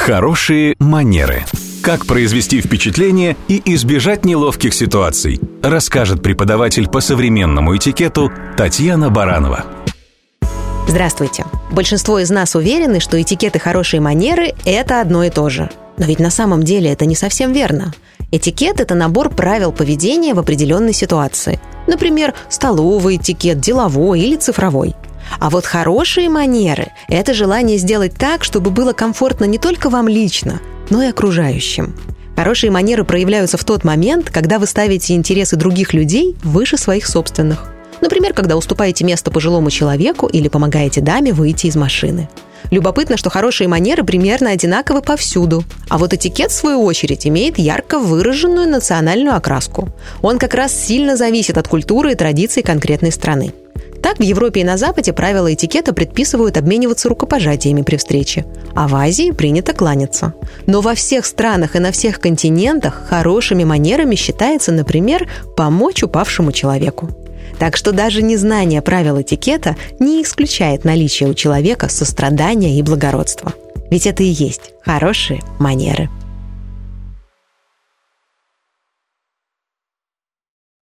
Хорошие манеры. Как произвести впечатление и избежать неловких ситуаций, расскажет преподаватель по современному этикету Татьяна Баранова. Здравствуйте. Большинство из нас уверены, что этикет и хорошие манеры – это одно и то же. Но ведь на самом деле это не совсем верно. Этикет – это набор правил поведения в определенной ситуации. Например, столовый этикет, деловой или цифровой. А вот хорошие манеры – это желание сделать так, чтобы было комфортно не только вам лично, но и окружающим. Хорошие манеры проявляются в тот момент, когда вы ставите интересы других людей выше своих собственных. Например, когда уступаете место пожилому человеку или помогаете даме выйти из машины. Любопытно, что хорошие манеры примерно одинаковы повсюду. А вот этикет, в свою очередь, имеет ярко выраженную национальную окраску. Он как раз сильно зависит от культуры и традиций конкретной страны. Так, в Европе и на Западе правила этикета предписывают обмениваться рукопожатиями при встрече, а в Азии принято кланяться. Но во всех странах и на всех континентах хорошими манерами считается, например, помочь упавшему человеку. Так что даже незнание правил этикета не исключает наличие у человека сострадания и благородства. Ведь это и есть хорошие манеры.